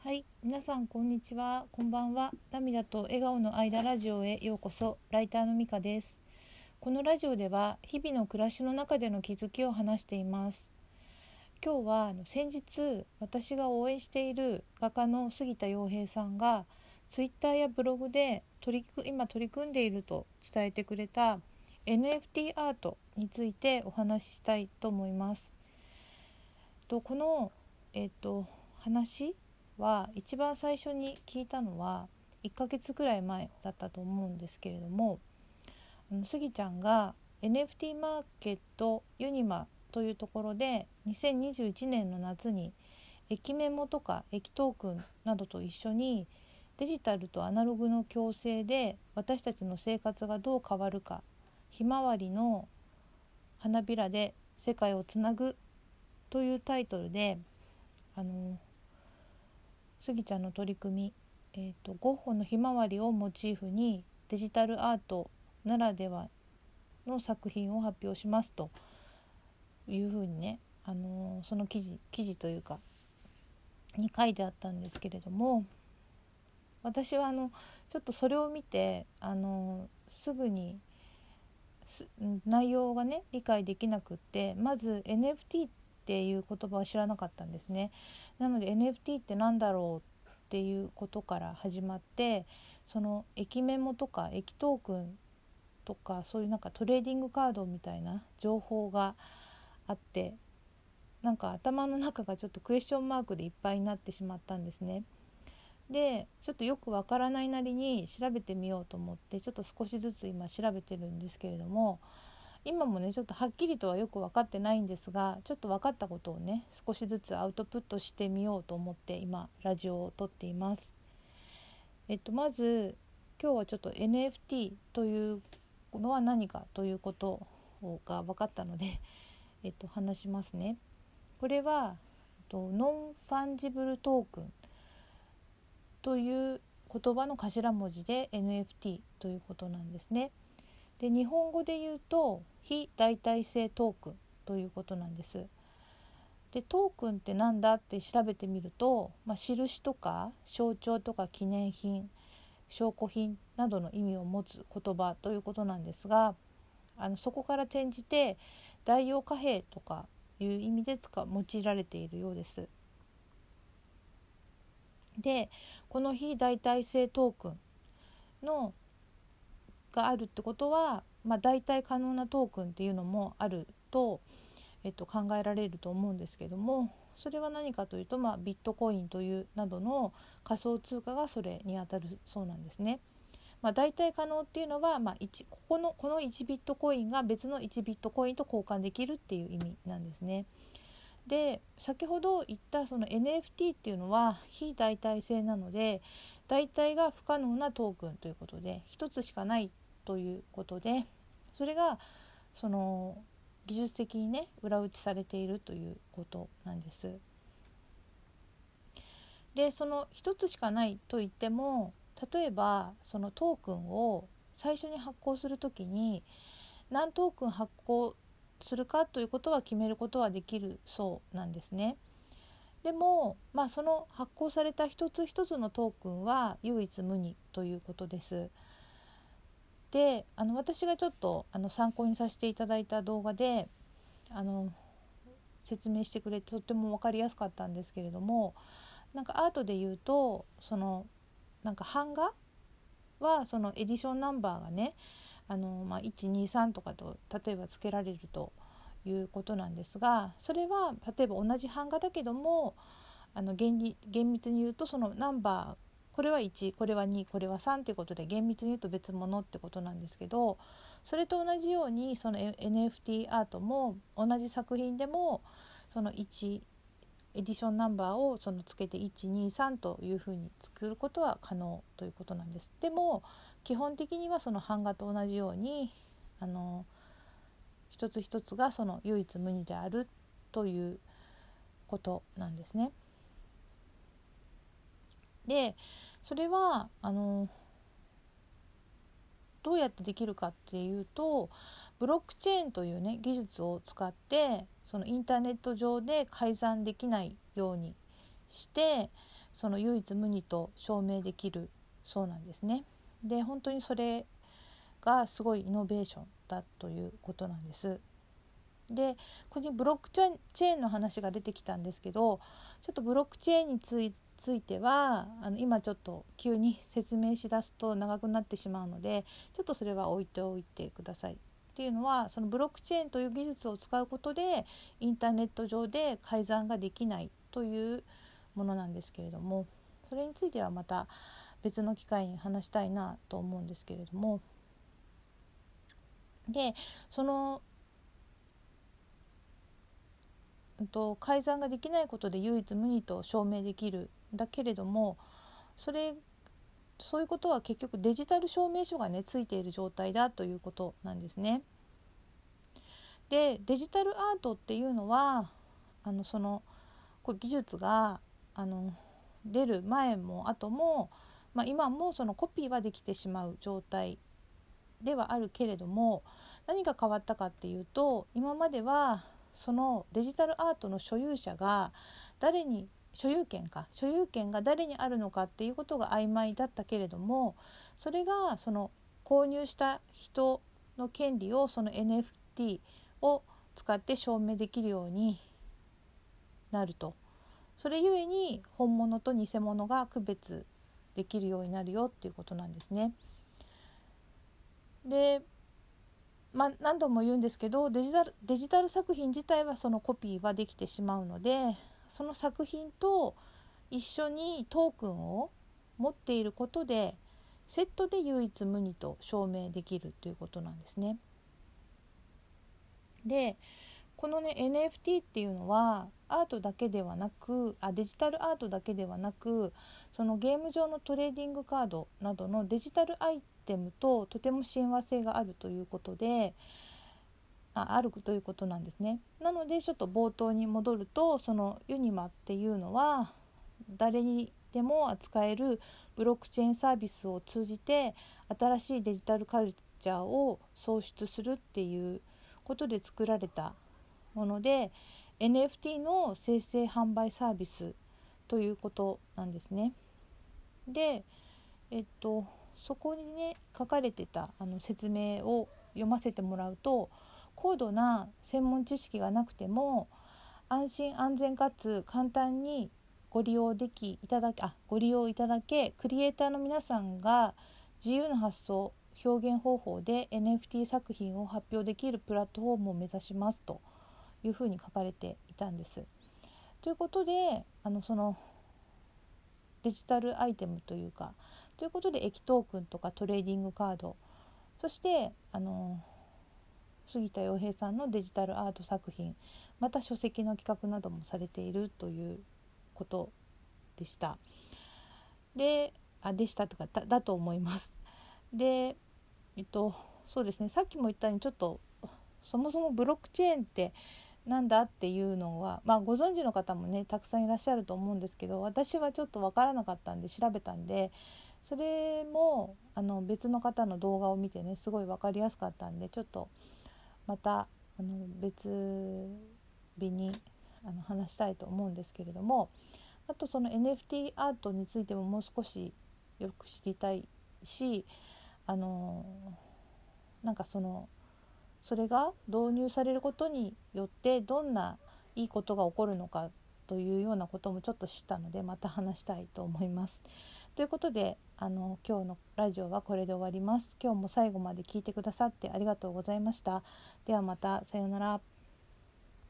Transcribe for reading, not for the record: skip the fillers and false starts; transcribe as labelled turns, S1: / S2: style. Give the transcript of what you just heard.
S1: はい、皆さんこんにちは、こんばんは。涙と笑顔の間ラジオへようこそ。ライターのみかです。このラジオでは日々の暮らしの中での気づきを話しています。今日は先日私が応援している画家の杉田洋平さんがツイッターやブログで今取り組んでいると伝えてくれた NFT アートについてお話ししたいと思います。この、話は一番最初に聞いたのは1ヶ月くらい前だったと思うんですけれども、スギちゃんが NFT マーケットユニマというところで2021年の夏に駅メモとか駅トークンなどと一緒にデジタルとアナログの共生で私たちの生活がどう変わるか、ひまわりの花びらで世界をつなぐというタイトルでスギちゃんの取り組み、ゴッホのひまわりをモチーフにデジタルアートならではの作品を発表しますというふうにね、その記事というかに書いてあったんですけれども、私はちょっとそれを見てすぐに内容がね理解できなくって、まず NFT っていう言葉を知らなかったんですね。なので NFT ってなんだろうっていうことから始まって、その駅メモとか駅トークンとかそういうトレーディングカードみたいな情報があって、頭の中がちょっとクエスチョンマークでいっぱいになってしまったんですね。でちょっとよくわからないなりに調べてみようと思ってちょっと少しずつ今調べてるんですけれども、今もねちょっとはっきりとはよく分かってないんですが、ちょっと分かったことをね少しずつアウトプットしてみようと思って今ラジオを撮っています。まず今日はちょっと NFT というのは何かということが分かったので、話しますね。これはノンファンジブルトークンという言葉の頭文字で NFT ということなんですね。で、日本語で言うと非代替性トークンということなんです。で、トークンってなんだって調べてみると、印とか象徴とか記念品、証拠品などの意味を持つ言葉ということなんですが、そこから転じて代用貨幣とかいう意味で用いられているようです。で、この非代替性トークンがあるってことは、代替可能なトークンっていうのもあると、考えられると思うんですけども、それは何かというと、ビットコインというなどの仮想通貨がそれにあたるそうなんですね。代替可能っていうのは、この1ビットコインが別の1ビットコインと交換できるっていう意味なんですね。で、先ほど言ったその NFT っていうのは非代替性なので、代替が不可能なトークンということで一つしかないということで、それがその技術的にね裏打ちされているということなんです。で、その一つしかないと言っても、例えばそのトークンを最初に発行するときに何トークン発行するかということは決めることはできるそうなんですね。でも、その発行された一つ一つのトークンは唯一無二ということです。で、私がちょっと参考にさせていただいた動画で説明してくれてとっても分かりやすかったんですけれども、アートで言うとその版画はそのエディションナンバーがね123とかと例えばつけられるということなんですが、それは例えば同じ版画だけども厳密に言うとそのナンバー、これは1、これは2、これは3ということで厳密に言うと別物ってことなんですけど、それと同じようにその NFT アートも同じ作品でもその1エディションナンバーをつけて123というふうに作ることは可能ということなんです。でも基本的にはその版画と同じように一つ一つがその唯一無二であるということなんですね。で、それはどうやってできるかっていうと、ブロックチェーンというね技術を使ってそのインターネット上で改ざんできないようにして、 その唯一無二と証明できるそうなんですね。で本当にそれがすごいイノベーションだということなんです。でここにブロックチェーンの話が出てきたんですけど、ちょっとブロックチェーンについては今ちょっと急に説明しだすと長くなってしまうので、ちょっとそれは置いておいてください。っていうのは、そのブロックチェーンという技術を使うことでインターネット上で改ざんができないというものなんですけれども、それについてはまた別の機会に話したいなと思うんですけれども、でその改ざんができないことで唯一無二と証明できるんだけれども、そういうことは結局デジタル証明書がねついている状態だということなんですね。でデジタルアートっていうのはこう技術が出る前も後も、今もそのコピーはできてしまう状態ではあるけれども、何が変わったかっていうと、今まではそのデジタルアートの所有権が誰にあるのかっていうことが曖昧だったけれども、それがその購入した人の権利をその NFT を使って証明できるようになると。それゆえに本物と偽物が区別できるようになるよっていうことなんですね。で何度も言うんですけど、デジタル作品自体はそのコピーはできてしまうので、その作品と一緒にトークンを持っていることでセットで唯一無二と証明できるということなんですね。でこのね NFT っていうのはアートだけではなくデジタルアートだけではなく、そのゲーム上のトレーディングカードなどのデジタルアイテムととても親和性があるということであるということなんですね。なのでちょっと冒頭に戻ると、そのユニマっていうのは誰にでも扱えるブロックチェーンサービスを通じて新しいデジタルカルチャーを創出するっていうことで作られたもので、 NFT の生成販売サービスということなんですね。で、そこにね書かれてた説明を読ませてもらうと、高度な専門知識がなくても安心安全かつ簡単にご利用いただけ、クリエイターの皆さんが自由な発想表現方法で NFT 作品を発表できるプラットフォームを目指しますというふうに書かれていたんです。ということでそのデジタルアイテムということで駅トークンとかトレーディングカード、そして杉田洋平さんのデジタルアート作品、また書籍の企画などもされているということでした。だと思います。で、そうですね、さっきも言ったようにちょっとそもそもブロックチェーンってなんだっていうのは、ご存知の方もねたくさんいらっしゃると思うんですけど、私はちょっと分からなかったんで調べたんで、それも別の方の動画を見てねすごい分かりやすかったんで、ちょっとまた別日に話したいと思うんですけれども、あとその NFT アートについてももう少しよく知りたいし、なんかそれが導入されることによってどんないいことが起こるのかというようなこともちょっと知ったので、また話したいと思います。ということで今日のラジオはこれで終わります。今日も最後まで聞いてくださってありがとうございました。ではまた、さようなら。